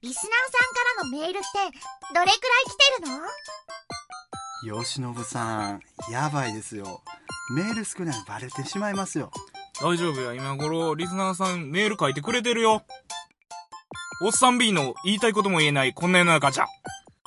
リスナーさんからのメールってどれくらい来てるの？ 吉信さん、やばいですよ。メール少ないのバレてしまいますよ。 大丈夫や、今頃リスナーさんメール書いてくれてるよ。おっさん B の言いたいことも言えないこんな世の中じゃ。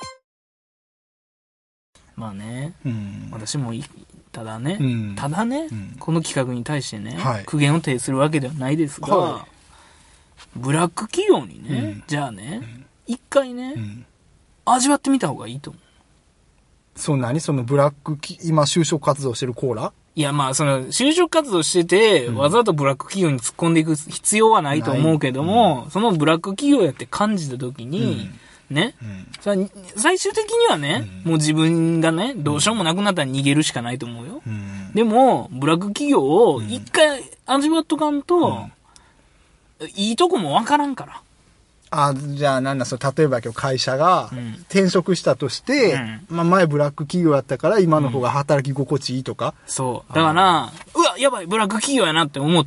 まあね、私もただね、この企画に対してね、苦言を呈するわけではないですが、ブラック企業にね、じゃあね、一回ね、味わってみた方がいいと思う。 そのブラック今就職活動してるコーラ？ いや、まあ、就職活動してて、わざとブラック企業に突っ込んでいく必要はないと思うけども、そのブラック企業やって感じたときに、ね、最終的にはね、もう自分がね、どうしようもなくなったら逃げるしかないと思うよ。でも、ブラック企業を一回味わっとかんと、いいとこもわからんから。 じゃあ例えば今日会社が転職したとして、前ブラック企業やったから今の方が働き心地いいとか。 そう。だから、うわ、やばい、ブラック企業やなって思って、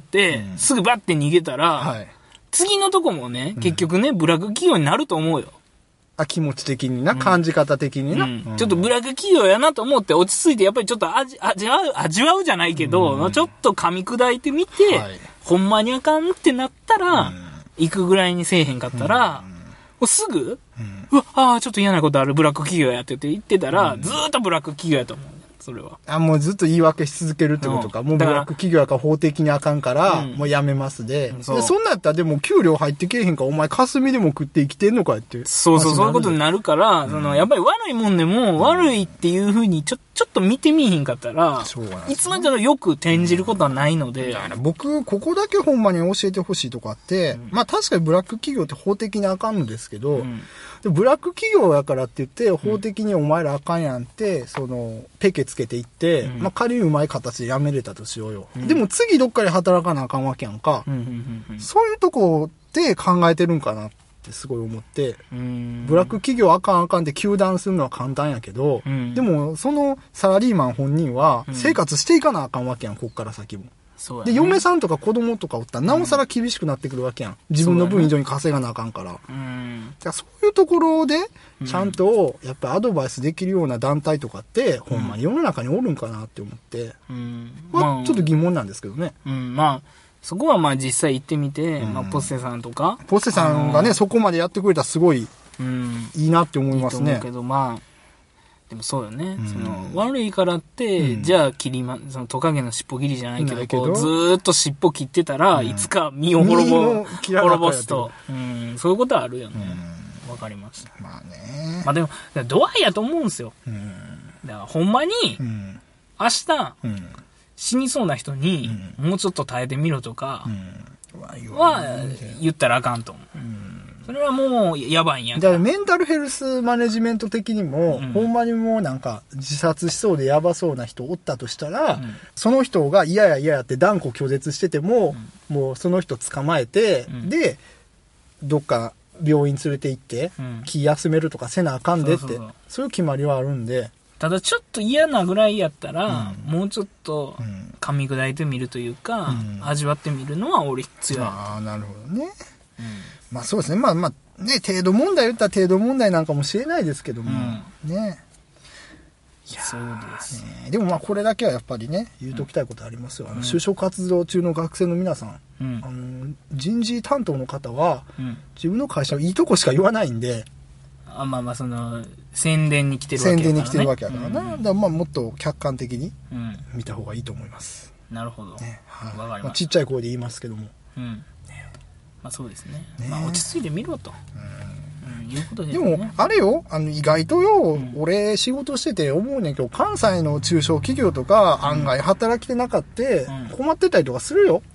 すぐバッて逃げたら、次のとこもね、結局ね、ブラック企業になると思うよ。 気持ち的にな、感じ方的にな、 ちょっとブラック企業やなと思って落ち着いて、やっぱりちょっと味わうじゃないけど、ちょっと噛み砕いてみて、ほんまにあかんってなったら、行くぐらいにせえへんかったら、すぐ、うわ、ちょっと嫌なことある、ブラック企業やって言ってたら、ずーっとブラック企業やと思う。それは。 もうずっと言い訳し続けるってことか。もうブラック企業やから法的にあかんから、もうやめますで。そんなんやったらでも給料入ってけえへんから、お前霞でも食って生きてんのかって。 そういうことになるから、やっぱり悪いもんでも、悪いっていう風にちょっと見てみひんかったら、いつまでもよく転じることはないので。 僕、ここだけほんまに教えてほしいとかって、まあ確かにブラック企業って法的にあかんのですけど、でブラック企業やからって言って、法的にお前らあかんやんって、ペケつけていって、まあ仮にうまい形で辞めれたとしようよ。でも次どっかで働かなあかんわけやんか。そういうとこで考えてるんかなってすごい思って、ブラック企業あかんって糾弾するのは簡単やけど、でもそのサラリーマン本人は生活していかなあかんわけやん、こっから先も。で、嫁さんとか子供とかおったらなおさら厳しくなってくるわけやん。自分の分以上に稼がなあかんから。そういうところで、ちゃんと、やっぱアドバイスできるような団体とかって、ほんまに世の中におるんかなって思って、ちょっと疑問なんですけどね。 まあ、そこはまあ実際行ってみて、ポッセさんとか。 ポッセさんがね、そこまでやってくれたらすごい、いいなって思いますね。 いいと思うけど、まあ、でもそうよね。悪いからって、じゃあトカゲの尻尾切りじゃないけど、ずーっと尻尾切ってたら、いつか身を滅ぼすと。そういうことはあるよね。わかりました。 まあね。 まあでも、度合いやと思うんですよ。だからほんまに、明日、死にそうな人に、もうちょっと耐えてみろとか、は言ったらあかんと思う。それはもうやばいんやから。 だからメンタルヘルスマネジメント的にも、ほんまにもうなんか自殺しそうでやばそうな人おったとしたら、その人が嫌やって断固拒絶してても、もうその人捕まえて、で、どっか病院連れて行って、気休めるとかせなあかんでって、そういう決まりはあるんで。 ただちょっと嫌なぐらいやったら、もうちょっと噛み砕いてみるというか、味わってみるのは俺必要や。 なるほどね。まあそうですね。まあね、程度問題言ったら程度問題なんかもしれないですけども、ね。 いやそうです、 でもまあこれだけはやっぱりね、言うときたいことありますよ。就職活動中の学生の皆さん、人事担当の方は、自分の会社いいとこしか言わないんで、 宣伝に来てるわけやからね。 宣伝に来てるわけやからな。だからまあもっと客観的に見た方がいいと思います。 なるほど。わかりました。 ちっちゃい声で言いますけども。 まあそうですね。まあ落ち着いてみろと。いうことですね。でも、あれよ、意外とよ、俺仕事してて思うねんけど、関西の中小企業とか案外働きてなかって困ってたりとかするよ。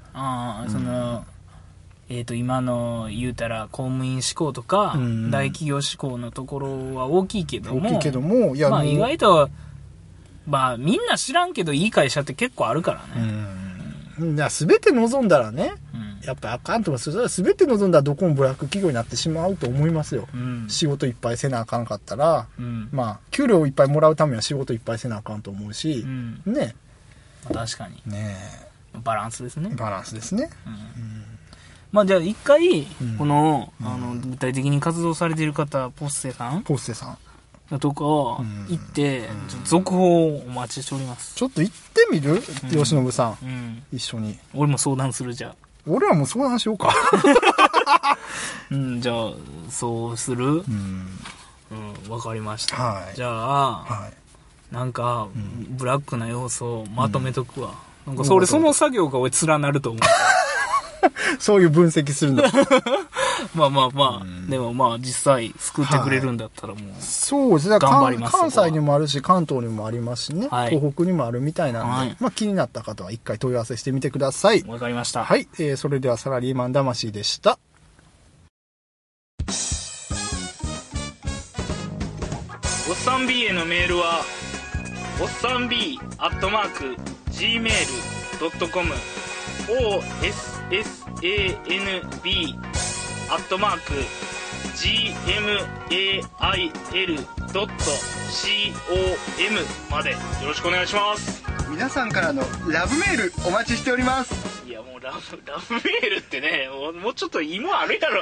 今の言うたら公務員志向とか、大企業志向のところは大きいけども、まあ意外と、まあみんな知らんけどいい会社って結構あるからね。 すべて望んだらね、やっぱあかんと思います。すべて望んだらどこもブラック企業になってしまうと思いますよ。仕事いっぱいせなあかんかったら、まあ給料いっぱいもらうためには仕事いっぱいせなあかんと思うし、ね。 確かに。バランスですね。 バランスですね。 まあじゃあ一回、この、具体的に活動されている方、ポッセさんのとこ、行って、続報をお待ちしております。 ちょっと行ってみる、吉信さん。一緒に。 俺も相談するじゃん。 俺らも相談しようか。 じゃあ、そうする？わかりました。はい、じゃあ、なんか、ブラックな要素をまとめとくわ。なんかその作業が俺連なると思う。 そういう分析するんだ。 まあ、でもまあ実際救ってくれるんだったらもう、 そうですね。頑張ります。関西にもあるし、関東にもありますしね。東北にもあるみたいなんで、まあ気になった方は一回問い合わせしてみてください。 わかりました。 はい。それではサラリーマン魂でした。 おっさん B へのメールは、おっさん B@gmail.com ossanb@gmail.com までよろしくお願いします。 皆さんからのラブメールお待ちしております。 いやもうラブメールってね、もうちょっと芋あるやろ。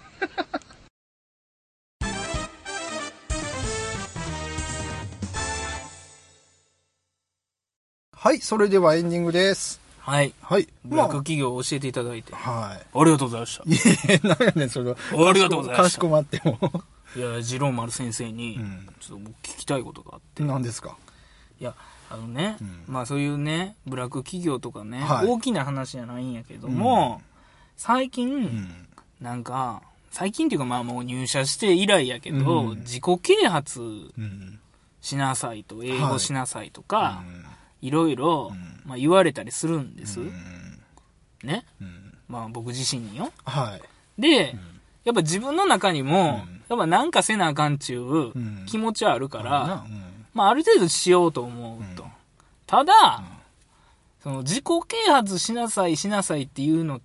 はい、それではエンディングです。 はい。ブラック企業を教えていただいて。 はい。 ありがとうございました。 いや、なんやねん、それは。 ありがとうございました。 かしこまっても。 いや、次郎丸先生に、ちょっと僕聞きたいことがあって。 何ですか？ いや、まあそういうね、ブラック企業とかね、大きな話じゃないんやけども、最近、なんか、最近っていうかまあもう入社して以来やけど、自己啓発しなさいと、英語しなさいとか、いろいろ、まあ、言われたりするんです。ね。まあ僕自身によ。で、やっぱ自分の中にも、やっぱなんかせなあかんちゅう気持ちはあるから、まあある程度しようと思うと。ただ、その自己啓発しなさいっていうのって、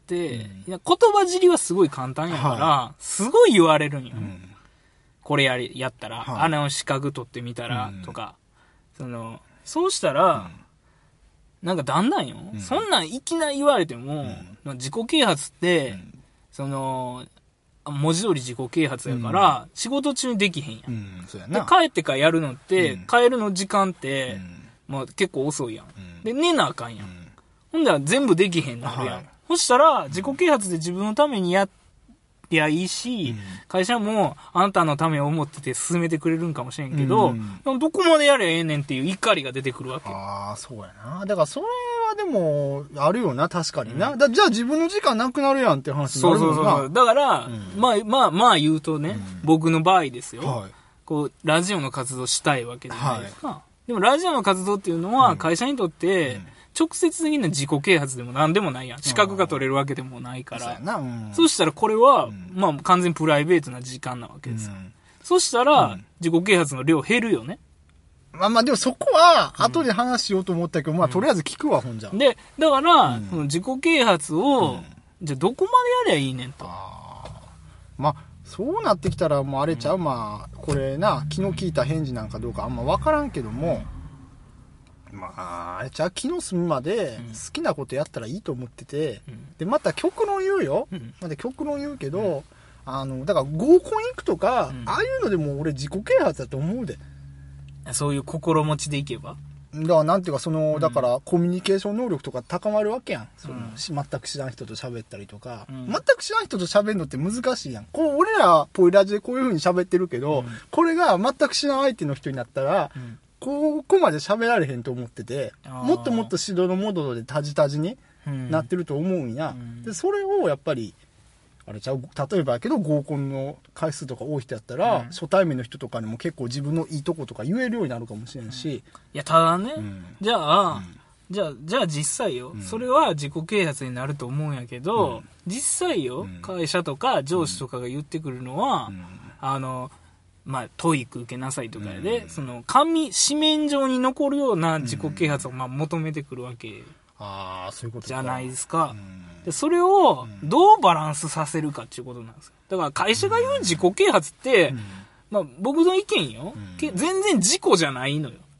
言葉尻はすごい簡単やから、すごい言われるんよ。これやったら、資格取ってみたら、とか。そうしたら、なんかだんだんよ、そんなんいきなり言われても、自己啓発って、文字通り自己啓発やから、仕事中にできへんやん。で、帰ってからやるのって、帰るの時間って、まあ結構遅いやん。で、寝なあかんやん。ほんだら全部できへんなるやん。そしたら、自己啓発で自分のためにやりゃいいし、会社もあんたのためを思ってて進めてくれるんかもしれんけど、どこまでやればええねんっていう怒りが出てくるわけ。 ああ、そうやな。だからそれはでも、あるよな、確かにな。じゃあ自分の時間なくなるやんって話になるもんな。 そう。だから、まあ言うとね、僕の場合ですよ。こう、ラジオの活動したいわけじゃないですか。でもラジオの活動っていうのは会社にとって、直接的な自己啓発でも何でもないやん。資格が取れるわけでもないから。そうしたらこれは、まあ完全プライベートな時間なわけですよ。そしたら、自己啓発の量減るよね。 まあでもそこは、後で話しようと思ったけど、まあとりあえず聞くわ、ほんじゃ。 で、だから、自己啓発を、じゃあどこまでやりゃいいねんと。 まあ、そうなってきたらもうあれちゃう、まあ、これな、気の利いた返事なんかどうかあんまわからんけども、まあ、あれちゃう、気の済むまで好きなことやったらいいと思ってて、で、また極論言うよ。また極論言うけど、だから合コン行くとか、ああいうのでも俺自己啓発だと思うで。 そういう心持ちでいけば？ だからなんていうかだからコミュニケーション能力とか高まるわけやん。全く知らん人と喋ったりとか、全く知らん人と喋るのって難しいやん。俺らポイラジでこういう風に喋ってるけど、これが全く知らん相手の人になったら、ここまで喋られへんと思ってて、もっともっと指導のモードでタジタジになってると思うんや。で、それをやっぱり、あれちゃう、例えばやけど合コンの回数とか多い人やったら、初対面の人とかにも結構自分のいいとことか言えるようになるかもしれんし。 いや、ただね、じゃあ実際よ、それは自己啓発になると思うんやけど、実際よ、会社とか上司とかが言ってくるのは、まあ、トイック受けなさいとかで、紙面上に残るような自己啓発をまあ求めてくるわけじゃないですか。でそれをどうバランスさせるかっていうことなんですよ。だから会社が言う自己啓発って、まあ僕の意見よ、全然自己じゃないのよ。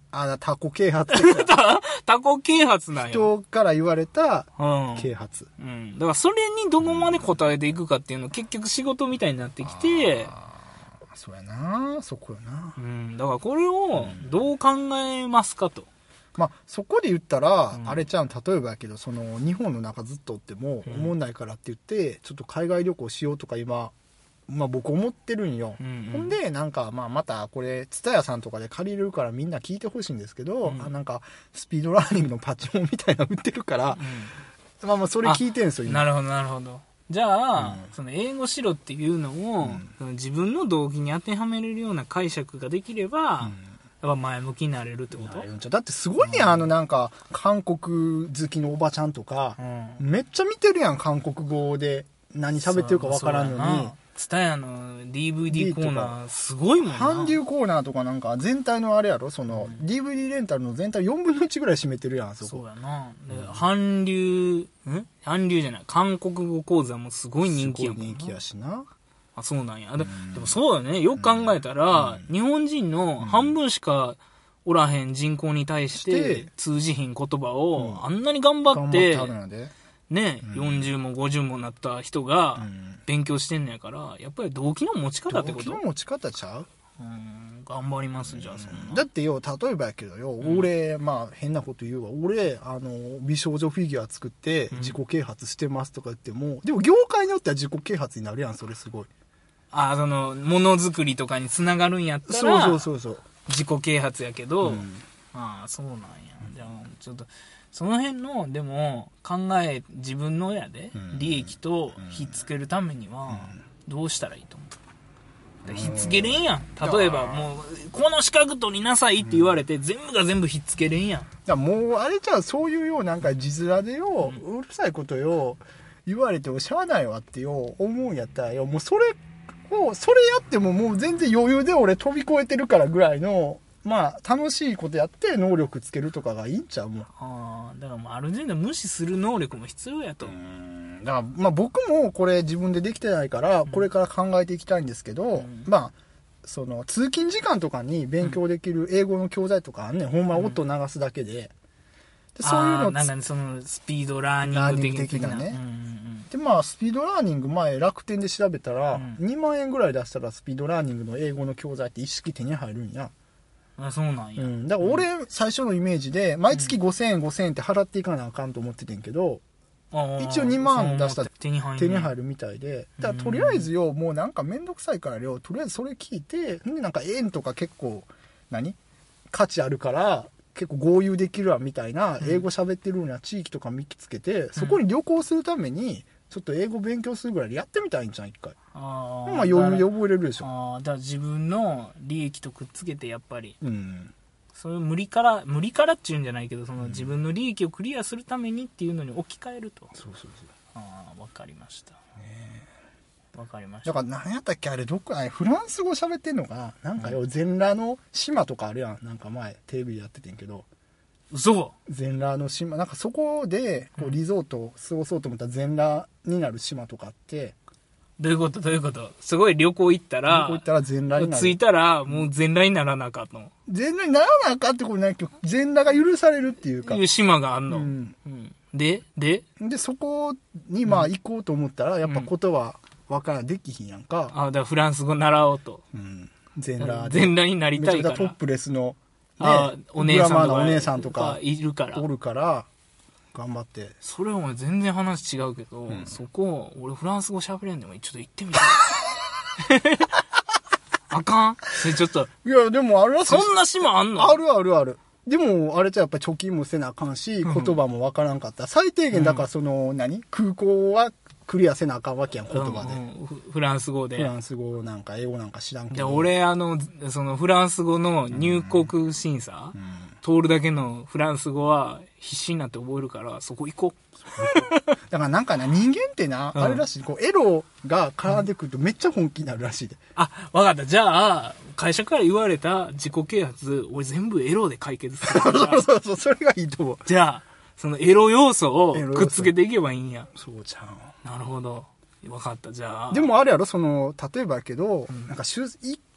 タコ啓発タコ啓発なんや。 人から言われたうん。 啓発。 うん。だからそれにどこまで答えていくかっていうのは結局仕事みたいになってきて、 そうやな、そこやな。 うん。だからこれをどう考えますかと。 まあ、そこで言ったら、 うんあれちゃん、例えばやけど、日本の中ずっとおっても、思んないからって言って、ちょっと海外旅行しようとか今、まあ僕思ってるんよ。 うんうんほんで、なんか、まあまたこれ、ツタヤさんとかで借りれるからみんな聞いてほしいんですけど、 うんなんか、スピードラーニングのパチモンみたいなの売ってるから、まあまあそれ聞いてるんですよ、今。 なるほど、なるほど。じゃあ、 うんその英語しろっていうのを、その自分の動機に当てはめれるような解釈ができれば、やっぱ前向きになれるってことだってすごいやん、なんか、韓国好きのおばちゃんとか、めっちゃ見てるやん、韓国語で何喋ってるかわからんのに。 ツタヤの DVD コーナーすごいもんな。 韓流コーナーとかなんか全体のあれやろDVD レンタルの全体4分の1ぐらい占めてるやん、そこ。 そうやな。で韓流じゃない。韓国語講座もすごい人気やもんな。 すごい人気やしな。 あ、そうなんや。でもそうだね。よく考えたら、日本人の半分しかおらへん人口に対して通じひん言葉をあんなに頑張って頑張ってはるんやで。 ね、40も50もなった人が勉強してんのやから、やっぱり動機の持ち方ってこと動機の持ち方ちゃう？ 頑張ります、じゃあそんな。 だってよ、例えばやけどよ、俺、まあ変なこと言うわ。俺、美少女フィギュア作って自己啓発してますとか言っても、でも業界によっては自己啓発になるやん、それすごい。 あ、ものづくりとかにつながるんやったら、 そう。 自己啓発やけど、 うんああ、そうなんや。じゃあ、ちょっと、その辺の、でも、自分のやで、利益とひっつけるためには、どうしたらいいと思う？ひっつけれんやん。例えば、もう、この資格取りなさいって言われて、全部が全部ひっつけれんやん。 だからもう、あれじゃあそういうようなんか字面でよ、うるさいことよ、言われてもしゃあないわってよ、思うんやったらよ、もうそれやってももう全然余裕で俺飛び越えてるからぐらいの、まあ楽しいことやって能力つけるとかがいいんちゃうもん。 ああ、だからもうある程度無視する能力も必要やと。 だからまあ僕もこれ自分でできてないから、これから考えていきたいんですけど、まあ、通勤時間とかに勉強できる英語の教材とかあんねん。ほんま音流すだけで。でそういうのなんかね、スピードラーニング的なね。 でまあスピードラーニング前楽天で調べたら、2万円ぐらい出したらスピードラーニングの英語の教材って一式手に入るんや。 あ、そうなんや。 だから俺最初のイメージで毎月5000円5000円って払っていかなあかんと思っててんけど、一応2万出したら手に入るみたいで、だからとりあえずよ、もうなんかめんどくさいからよ、とりあえずそれ聞いて、でなんか円とか結構価値あるから結構合流できるわみたいな、英語喋ってるような地域とか見つけて、そこに旅行するためにちょっと英語勉強するぐらいでやってみたいんじゃん、一回。まあ余裕で覚えれるでしょ。 だから自分の利益とくっつけてやっぱり、それを無理からっていうんじゃないけど、自分の利益をクリアするためにっていうのに置き換えると。 そう。 わかりました。わかりました。 だから何やったっけあれ、フランス語喋ってんのかな、なんかよ、全裸の島とかあるやん。なんか前テレビでやっててんけど。 嘘。 全裸の島、なんかそこでこうリゾートを過ごそうと思ったら全裸になる島とかあって。 どういうことすごい旅行行ったら全裸になる。 着いたらもう全裸にならなあかんの。 全裸にならなあかんってことないけど、全裸が許されるっていうか。 いう島があんの。で、 そこにまあ行こうと思ったら、やっぱ言葉わからん、できひんやんか。 だからフランス語習おうと。 全裸になりたいから。 トップレスの、 お姉さんとかいるから。 おるから、頑張って。 それはお前全然話違うけど、そこ、俺フランス語喋れんでもちょっと行ってみたい。あかんそれちょっと。 いや、でもあるらしい。 そんな島あんの？ ある。でも、あれじゃやっぱり貯金もせなあかんし、言葉もわからんかった。最低限だから空港はクリアせなあかんわけやん、言葉で。 フランス語で。 フランス語なんか英語なんか知らんけど。 俺、フランス語の入国審査、通るだけのフランス語は必死になって覚えるから、そこ行こう。 だからなんかな、人間ってな、あれらしい、エロが絡んでくるとめっちゃ本気になるらしいで。 わかった。じゃあ、会社から言われた自己啓発、俺全部エロで解決するから。 そう、それがいいと思う。 じゃあ、そのエロ要素をくっつけていけばいいんや。 そうちゃう。 なるほど。わかった。じゃあ。 でもあれやろ、例えばやけど、なんか1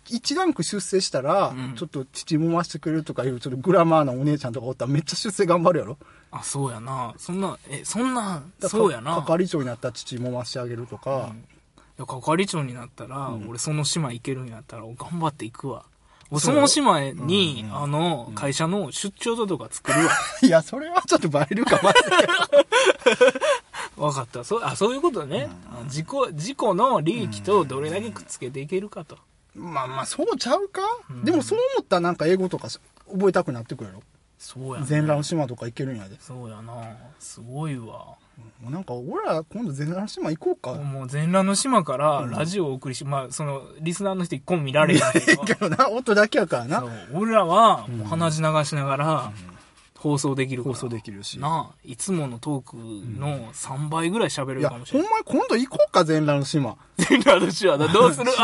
一ランク出世したら、ちょっと乳もましてくれるとかいう、ちょっとグラマーなお姉ちゃんとかおったらめっちゃ出世頑張るやろ。 あ、そうやな。そんな、そうやな。 係長になったら乳もましてあげるとか。 いや係長になったら、俺その島行けるんやったら、頑張って行くわ。その島に、会社の出張所とか作るわ。 いや、それはちょっとバレるかも。 わかった。そういうことね。自己の利益とどれだけくっつけていけるかと。 まあ、そうちゃうか、でもそう思ったらなんか英語とか覚えたくなってくるやろ。 そうやね。 全裸の島とか行けるんやで。 そうやな。すごいわ。 なんか俺ら今度全裸の島行こうか。 もう全裸の島からラジオをお送りし、まあそのリスナーの人一個も見られへんけどな、音だけやからな。 そう俺らはもう鼻血流しながら放送できるから。 放送できるし。 いつものトークの3倍ぐらい喋れるかもしれない。 ほんまに今度行こうか、全裸の島。 全裸の島だ。どうする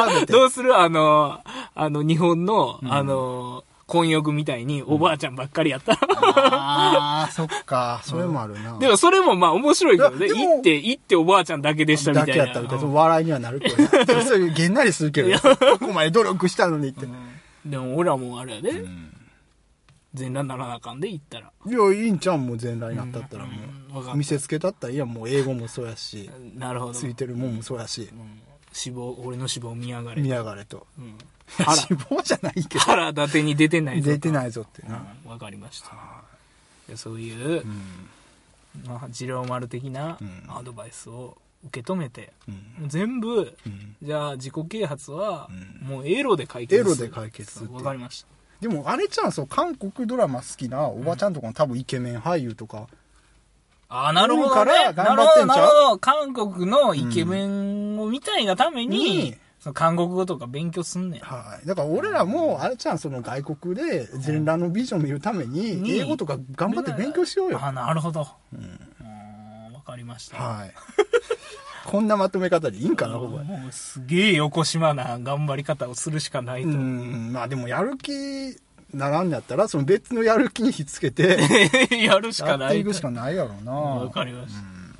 日本の、混浴みたいにおばあちゃんばっかりやったら。 ああ、そっか。それもあるな。 でもそれもまあ面白いけどね。行っておばあちゃんだけでしたみたいな。 だけやったみたいな。笑いにはなるけど。そういうげんなりするけど。ここまで努力したのにって。 でも俺らもあれやで。全裸ならなあかんで行ったら。 いや、いいんちゃんも全裸になったったらもう。見せつけたったらいや、もう英語もそうやし。 なるほど。 ついてるもんもそうやし。 俺の脂肪見やがれ。 見やがれと。脂肪じゃないけど。 腹立てに出てないぞ。出てないぞってな。 わかりました。そういう、二郎丸的なアドバイスを受け止めて、全部、じゃあ自己啓発は、もうエロで解決する。 エロで解決する。 わかりました。 でもあれちゃん、韓国ドラマ好きなおばちゃんとかの多分イケメン俳優とか。 なるほどね。 頑張ってんちゃう？ 韓国のイケメンを見たいがために、その韓国語とか勉強すんねん。 はい。だから俺らも、あれちゃん、その外国で全裸のビジョン見るために、英語とか頑張って勉強しようよ。 なるほど。わかりました。 はい。こんなまとめ方でいいんかな、ここ。 もうすげえ横島な頑張り方をするしかないと。 まあでもやる気ならんやったら、その別のやる気にひっつけて、 やるしかない。 やっていくしかないやろうな。 わかりました。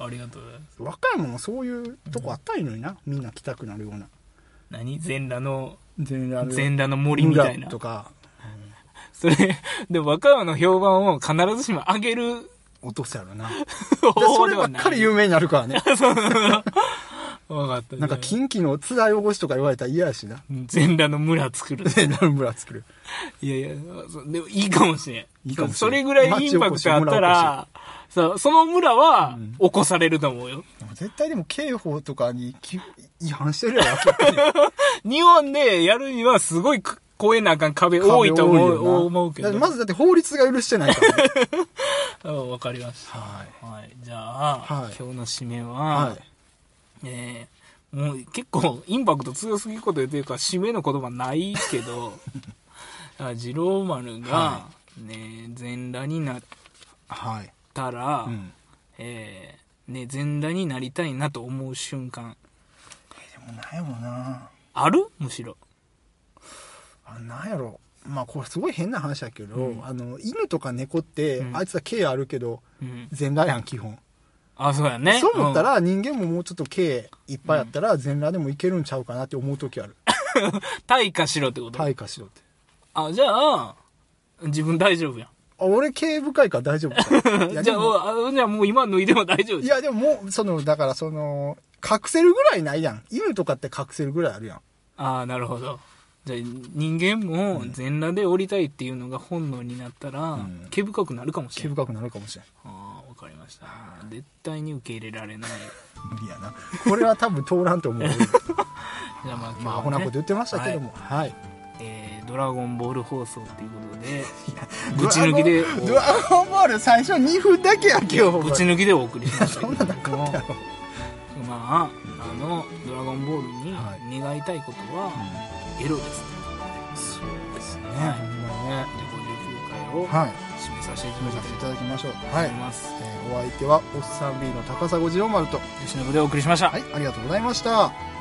ありがとうございます。 和歌山もそういうとこあったらいいのにな。みんな来たくなるような。 全裸の森みたいな。 とか。 それ、でも和歌山の評判を必ずしも上げる。 落とすやろな。そればっかり有名になるからね。 わかった。 なんか近畿の津田汚しとか言われたら嫌やしな。 全裸の村作る。 全裸の村作る。 いや、でもいいかもしれん。いいかもしれん。それぐらいインパクトあったら、その村は起こされると思うよ。 絶対でも刑法とかに違反してるやろ。 日本でやるにはすごい超えなあかん壁多いと思うけど。 まずだって法律が許してないからね。 わかりました。はい。じゃあ、今日の締めは、もう結構インパクト強すぎること言ってるから締めの言葉ないけど、次郎丸が、全裸になったら、全裸になりたいなと思う瞬間。 でもないよな。 ある？むしろ。 なんやろ。まあこれすごい変な話だけど、犬とか猫って、あいつは毛あるけど、全裸やん、基本。 そうやね。 そう思ったら、人間ももうちょっと毛いっぱいあったら、全裸でもいけるんちゃうかなって思う時ある。 退化しろってこと？ 退化しろって。 じゃあ、自分大丈夫やん。 俺毛深いから大丈夫か。 じゃあもう今脱いでも大丈夫。 いやでももう、だから隠せるぐらいないやん。犬とかって隠せるぐらいあるやん。 なるほど。じゃあ人間も全裸で降りたいっていうのが本能になったら、毛深くなるかもしれない。 毛深くなるかもしれない。 わかりました。絶対に受け入れられない。 無理やな。これは多分通らんと思う。じゃあまあアホなこと言ってましたけども。はい。 ドラゴンボール放送っていうことで、ぶち抜きで。 ドラゴンボール最初2分だけやけよ。 ぶち抜きでお送りしましたけど。 そんななかったやろ。 まあ、ドラゴンボールに願いたいことは、エロです。 そうですね。 ほんまね。で、59回を締めさせていただきましょう。 はい。お相手は、おっさん B の高砂次郎丸と、 吉信でお送りしました。 はい、ありがとうございました。